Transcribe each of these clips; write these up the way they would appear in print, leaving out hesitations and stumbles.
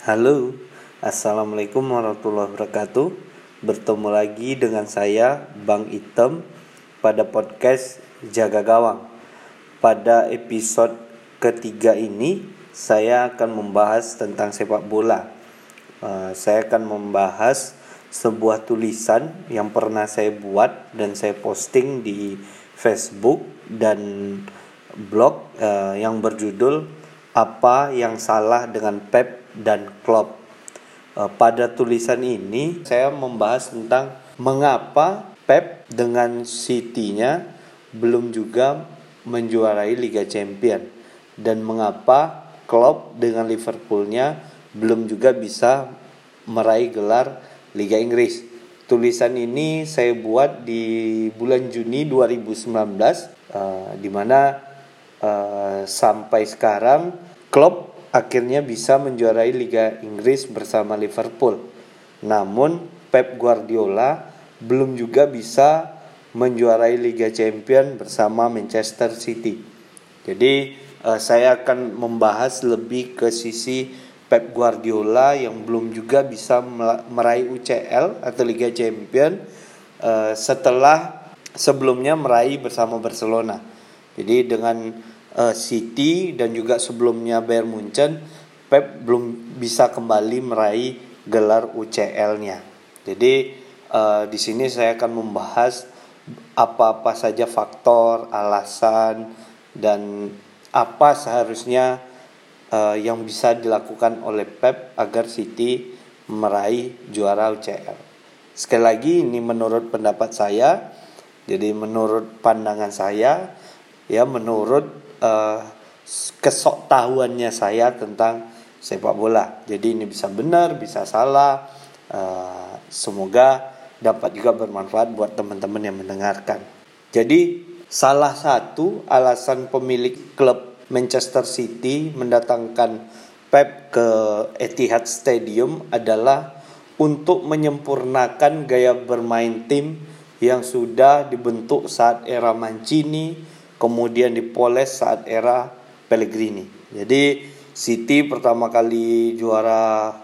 Halo, Assalamualaikum warahmatullahi wabarakatuh. Bertemu lagi dengan saya, Bang Item, pada podcast Jaga Gawang. Pada episode ketiga ini, saya akan membahas tentang sepak bola. Saya akan membahas sebuah tulisan yang pernah saya buat dan saya posting di Facebook dan blog yang berjudul Apa yang salah dengan Pep dan Klopp. Pada tulisan ini saya membahas tentang mengapa Pep dengan City-nya belum juga menjuarai Liga Champions dan mengapa Klopp dengan Liverpool-nya belum juga bisa meraih gelar Liga Inggris. Tulisan ini saya buat di bulan Juni 2019 di mana sampai sekarang Klopp akhirnya bisa menjuarai Liga Inggris bersama Liverpool. Namun Pep Guardiola belum juga bisa menjuarai Liga Champions bersama Manchester City. Jadi saya akan membahas lebih ke sisi Pep Guardiola yang belum juga bisa meraih UCL atau Liga Champions setelah sebelumnya meraih bersama Barcelona. Jadi dengan City dan juga sebelumnya Bayern Munchen, Pep belum bisa kembali meraih gelar UCL-nya. Jadi di sini saya akan membahas apa-apa saja faktor, alasan dan apa seharusnya yang bisa dilakukan oleh Pep agar City meraih juara UCL. Sekali lagi ini menurut pendapat saya, jadi menurut pandangan saya, ya menurut kesoktahuannya saya tentang sepak bola. Jadi ini bisa benar, bisa salah. Semoga dapat juga bermanfaat buat teman-teman yang mendengarkan. Jadi salah satu alasan pemilik klub Manchester City mendatangkan Pep ke Etihad Stadium adalah untuk menyempurnakan gaya bermain tim yang sudah dibentuk saat era Mancini, kemudian dipoles saat era Pellegrini. Jadi City pertama kali juara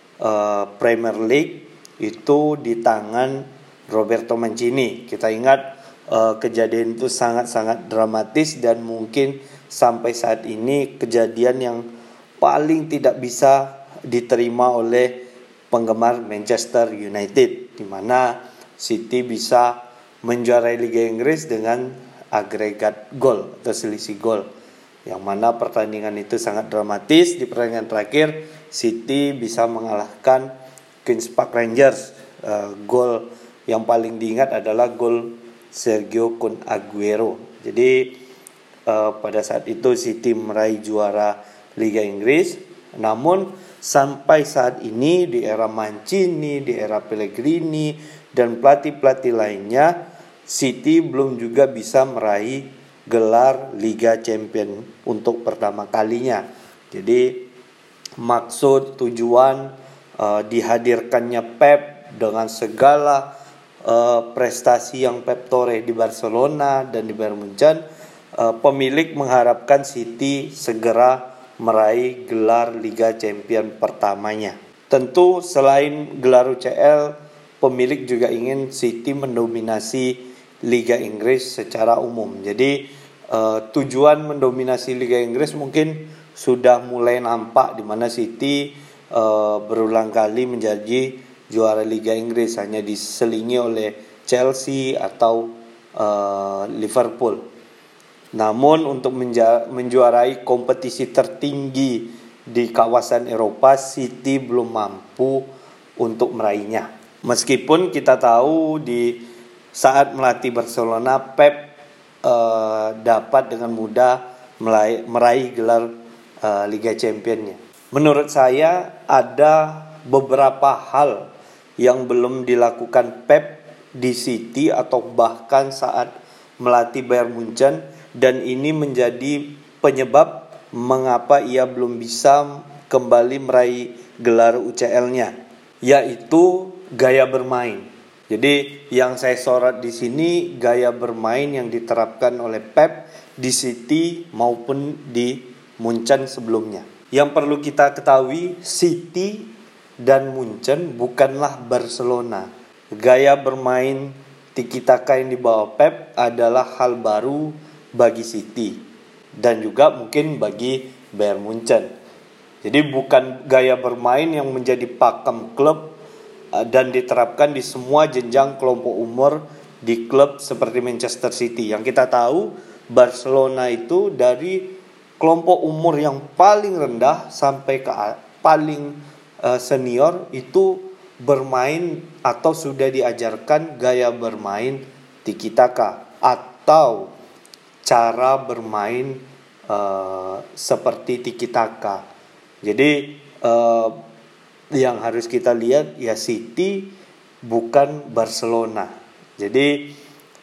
Premier League itu di tangan Roberto Mancini. Kita ingat kejadian itu sangat-sangat dramatis dan mungkin sampai saat ini kejadian yang paling tidak bisa diterima oleh penggemar Manchester United, di mana City bisa menjuarai Liga Inggris dengan agregat gol atau selisih gol, yang mana pertandingan itu sangat dramatis. Di pertandingan terakhir City bisa mengalahkan Queen's Park Rangers. Gol yang paling diingat adalah gol Sergio Kun Aguero. Jadi pada saat itu City meraih juara Liga Inggris. Namun sampai saat ini di era Mancini, di era Pellegrini dan pelatih-pelatih lainnya, City belum juga bisa meraih gelar Liga Champions untuk pertama kalinya. Jadi maksud tujuan dihadirkannya Pep dengan segala prestasi yang Pep toreh di Barcelona dan di Bayern Munchen, pemilik mengharapkan City segera meraih gelar Liga Champions pertamanya. Tentu selain gelar UCL, pemilik juga ingin City mendominasi Liga Inggris secara umum. Jadi tujuan mendominasi Liga Inggris mungkin sudah mulai nampak, di mana City berulang kali menjadi juara Liga Inggris, hanya diselingi oleh Chelsea atau Liverpool. Namun untuk menjuarai kompetisi tertinggi di kawasan Eropa, City belum mampu untuk meraihnya. Meskipun kita tahu di saat melatih Barcelona, Pep dapat dengan mudah meraih gelar Liga Champions-nya. Menurut saya ada beberapa hal yang belum dilakukan Pep di City atau bahkan saat melatih Bayern Munchen, dan ini menjadi penyebab mengapa ia belum bisa kembali meraih gelar UCL-nya, yaitu gaya bermain. Jadi yang saya sorot di sini gaya bermain yang diterapkan oleh Pep di City maupun di Munchen sebelumnya. Yang perlu kita ketahui, City dan Munchen bukanlah Barcelona. Gaya bermain tiki-taka yang dibawa Pep adalah hal baru bagi City dan juga mungkin bagi Bayern Munchen. Jadi bukan gaya bermain yang menjadi pakem klub dan diterapkan di semua jenjang kelompok umur di klub seperti Manchester City. Yang kita tahu Barcelona itu dari kelompok umur yang paling rendah sampai ke paling senior itu bermain atau sudah diajarkan gaya bermain tiki-taka atau cara bermain seperti tiki-taka. Jadi yang harus kita lihat ya City bukan Barcelona. Jadi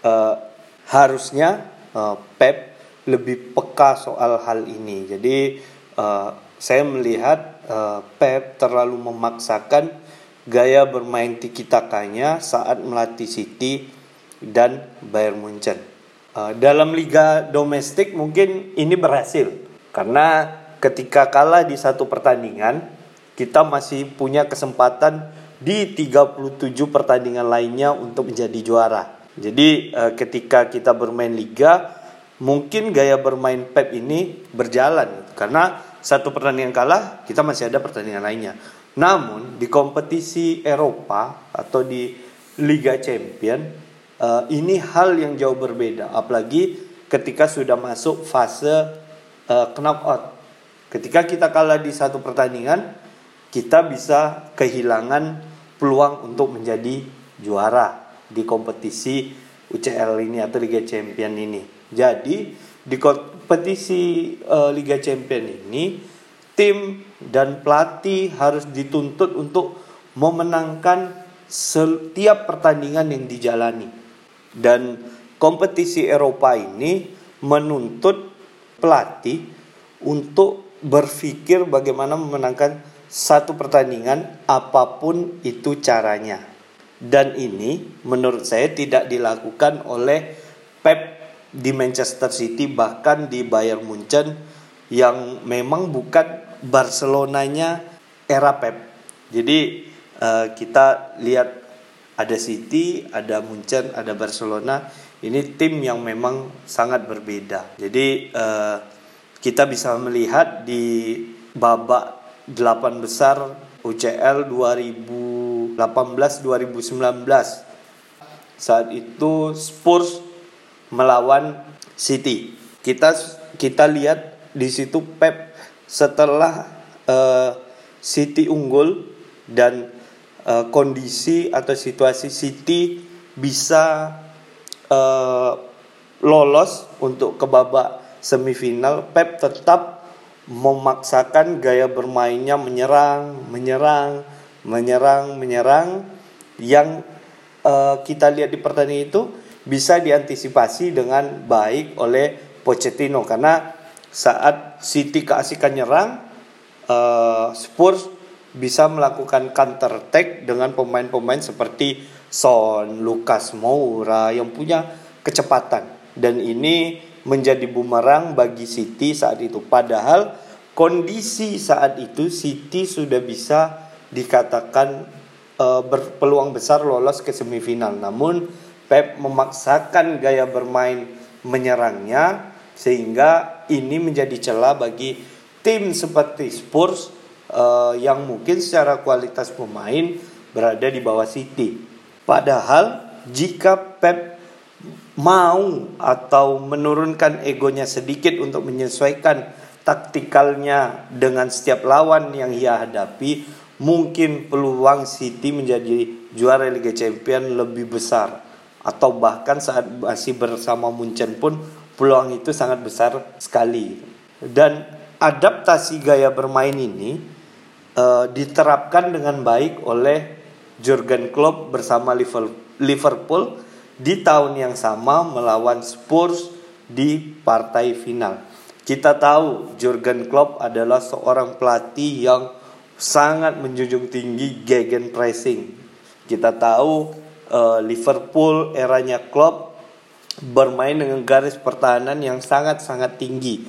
harusnya Pep lebih peka soal hal ini. Jadi saya melihat Pep terlalu memaksakan gaya bermain tiki-takanya saat melatih City dan Bayern Munchen. Dalam liga domestik mungkin ini berhasil karena ketika kalah di satu pertandingan kita masih punya kesempatan di 37 pertandingan lainnya untuk menjadi juara. Jadi ketika kita bermain liga mungkin gaya bermain Pep ini berjalan karena satu pertandingan kalah kita masih ada pertandingan lainnya. Namun di kompetisi Eropa atau di Liga Champion ini hal yang jauh berbeda, apalagi ketika sudah masuk fase knockout. Ketika kita kalah di satu pertandingan kita bisa kehilangan peluang untuk menjadi juara di kompetisi UCL ini atau Liga Champion ini. Jadi di kompetisi Liga Champion ini tim dan pelatih harus dituntut untuk memenangkan setiap pertandingan yang dijalani. Dan kompetisi Eropa ini menuntut pelatih untuk berpikir bagaimana memenangkan satu pertandingan apapun itu caranya. Dan ini menurut saya tidak dilakukan oleh Pep di Manchester City, bahkan di Bayern Munchen yang memang bukan Barcelonanya era Pep. Jadi kita lihat ada City, ada Munchen, ada Barcelona. Ini tim yang memang sangat berbeda. Jadi kita bisa melihat di babak 8 besar UCL 2018-2019. Saat itu Spurs melawan City. Kita lihat di situ Pep setelah City unggul dan kondisi atau situasi City bisa lolos untuk ke babak semifinal, Pep tetap memaksakan gaya bermainnya menyerang yang kita lihat di pertandingan itu bisa diantisipasi dengan baik oleh Pochettino karena saat City keasikan nyerang, Spurs bisa melakukan counter attack dengan pemain-pemain seperti Son, Lucas Moura yang punya kecepatan, dan ini menjadi bumerang bagi City saat itu. Padahal kondisi saat itu City sudah bisa dikatakan berpeluang besar lolos ke semifinal. Namun Pep memaksakan gaya bermain menyerangnya sehingga ini menjadi celah bagi tim seperti Spurs yang mungkin secara kualitas pemain berada di bawah City. Padahal jika Pep mau atau menurunkan egonya sedikit untuk menyesuaikan taktikalnya dengan setiap lawan yang ia hadapi, mungkin peluang City menjadi juara Liga Champions lebih besar. Atau bahkan saat masih bersama Munchen pun peluang itu sangat besar sekali. Dan adaptasi gaya bermain ini diterapkan dengan baik oleh Jurgen Klopp bersama Liverpool di tahun yang sama melawan Spurs di partai final. Kita tahu Jurgen Klopp adalah seorang pelatih yang sangat menjunjung tinggi gegenpressing. Kita tahu Liverpool eranya Klopp bermain dengan garis pertahanan yang sangat-sangat tinggi.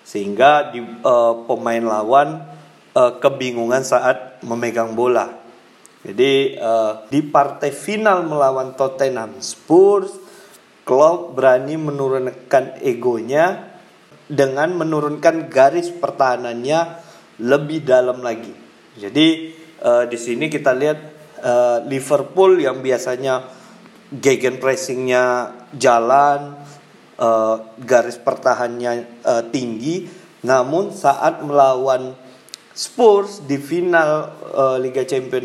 sehingga pemain lawan kebingungan saat memegang bola. Jadi di partai final melawan Tottenham Spurs, Klopp berani menurunkan egonya dengan menurunkan garis pertahanannya lebih dalam lagi. Jadi di sini kita lihat Liverpool yang biasanya gegenpressingnya jalan, garis pertahanannya tinggi, namun saat melawan Spurs di final Liga Champions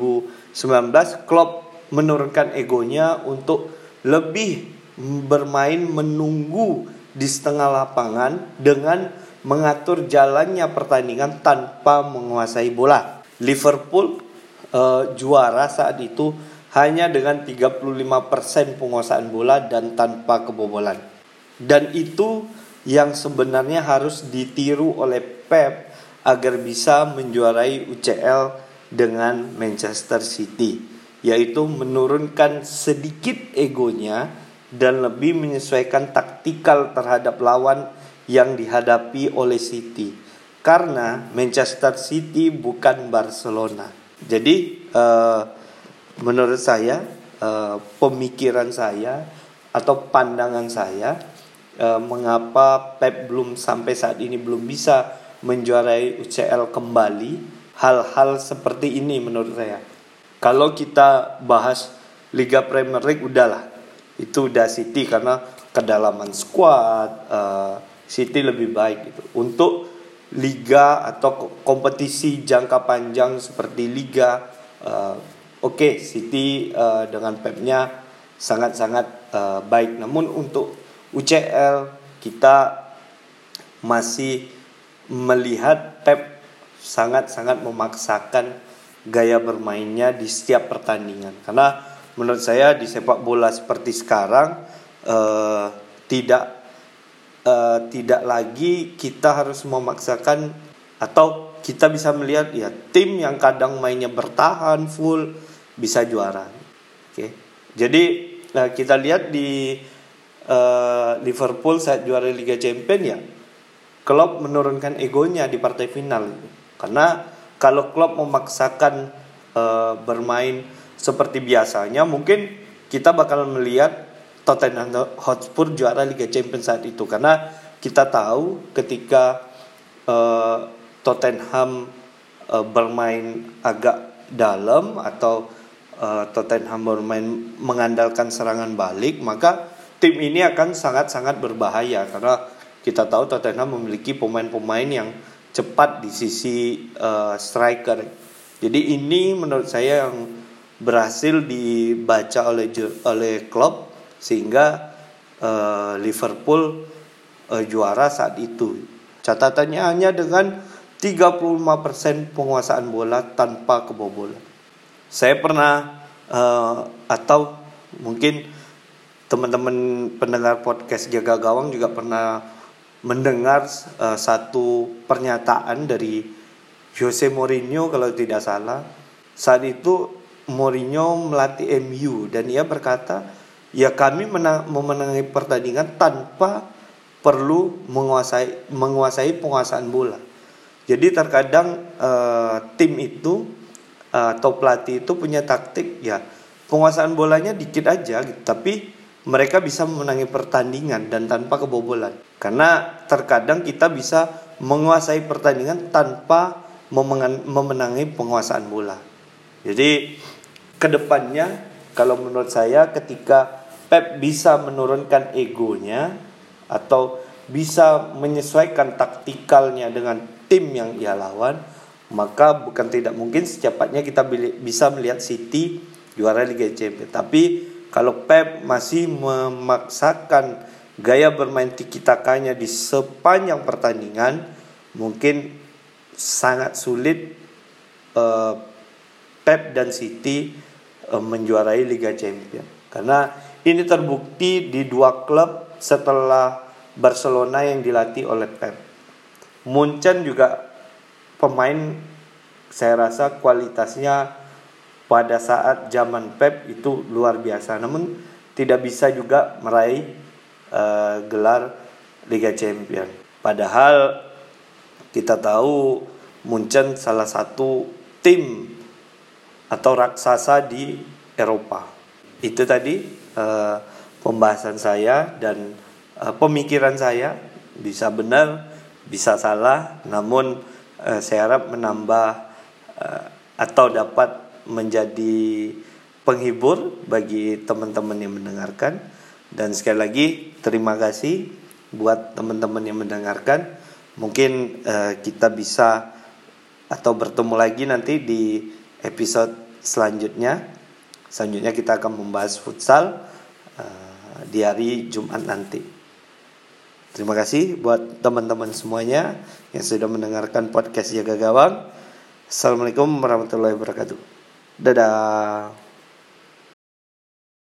2019, Klopp menurunkan egonya untuk lebih bermain menunggu di setengah lapangan dengan mengatur jalannya pertandingan tanpa menguasai bola. Liverpool juara saat itu hanya dengan 35% penguasaan bola dan tanpa kebobolan. Dan itu yang sebenarnya harus ditiru oleh Pep agar bisa menjuarai UCL dengan Manchester City, yaitu menurunkan sedikit egonya dan lebih menyesuaikan taktikal terhadap lawan yang dihadapi oleh City. Karena Manchester City bukan Barcelona. Jadi menurut saya, pemikiran saya atau pandangan saya, mengapa Pep sampai saat ini belum bisa menjuarai UCL kembali, hal-hal seperti ini menurut saya. Kalau kita bahas Liga Premier League udahlah, itu udah City karena kedalaman skuad, City lebih baik gitu. Untuk liga atau kompetisi jangka panjang seperti liga, oke, City dengan Pep-nya sangat-sangat baik. Namun untuk UCL kita masih melihat Pep sangat-sangat memaksakan gaya bermainnya di setiap pertandingan. Karena menurut saya di sepak bola seperti sekarang tidak lagi kita harus memaksakan, atau kita bisa melihat ya tim yang kadang mainnya bertahan full bisa juara. Oke. Jadi kita lihat di Liverpool saat juara Liga Champions ya, Klopp menurunkan egonya di partai final. Karena kalau Klopp memaksakan bermain seperti biasanya, mungkin kita bakal melihat Tottenham Hotspur juara Liga Champions saat itu. Karena kita tahu ketika Tottenham bermain agak dalam atau Tottenham bermain mengandalkan serangan balik, maka tim ini akan sangat-sangat berbahaya. Karena kita tahu Tottenham memiliki pemain-pemain yang cepat di sisi striker. Jadi ini menurut saya yang berhasil dibaca oleh Klopp, sehingga Liverpool juara saat itu. Catatannya hanya dengan 35% penguasaan bola tanpa kebobolan. Saya pernah atau mungkin teman-teman pendengar podcast Jaga Gawang juga pernah mendengar satu pernyataan dari Jose Mourinho kalau tidak salah. Saat itu Mourinho melatih MU dan ia berkata, ya kami memenangi pertandingan tanpa perlu menguasai penguasaan bola. Jadi terkadang tim itu atau pelatih itu punya taktik ya penguasaan bolanya dikit aja gitu, tapi mereka bisa memenangi pertandingan dan tanpa kebobolan. Karena terkadang kita bisa menguasai pertandingan tanpa memenangi penguasaan bola. Jadi kedepannya kalau menurut saya ketika Pep bisa menurunkan egonya atau bisa menyesuaikan taktikalnya dengan tim yang ia lawan, maka bukan tidak mungkin secepatnya kita bisa melihat City juara Liga Champions. Tapi kalau Pep masih memaksakan gaya bermain tiki-takanya di sepanjang pertandingan, mungkin sangat sulit Pep dan City menjuarai Liga Champions. Karena ini terbukti di dua klub setelah Barcelona yang dilatih oleh Pep. Munchen juga pemain saya rasa kualitasnya pada saat zaman Pep itu luar biasa, namun tidak bisa juga meraih gelar Liga Champions. Padahal kita tahu Munchen salah satu tim atau raksasa di Eropa. Itu tadi pembahasan saya dan pemikiran saya, bisa benar, bisa salah, namun saya harap menambah atau dapat menjadi penghibur bagi teman-teman yang mendengarkan. Dan sekali lagi terima kasih buat teman-teman yang mendengarkan. Mungkin kita bisa atau bertemu lagi nanti di episode selanjutnya. Selanjutnya kita akan membahas futsal di hari Jumat nanti. Terima kasih buat teman-teman semuanya yang sudah mendengarkan podcast Jaga Gawang. Assalamualaikum warahmatullahi wabarakatuh. Dadah.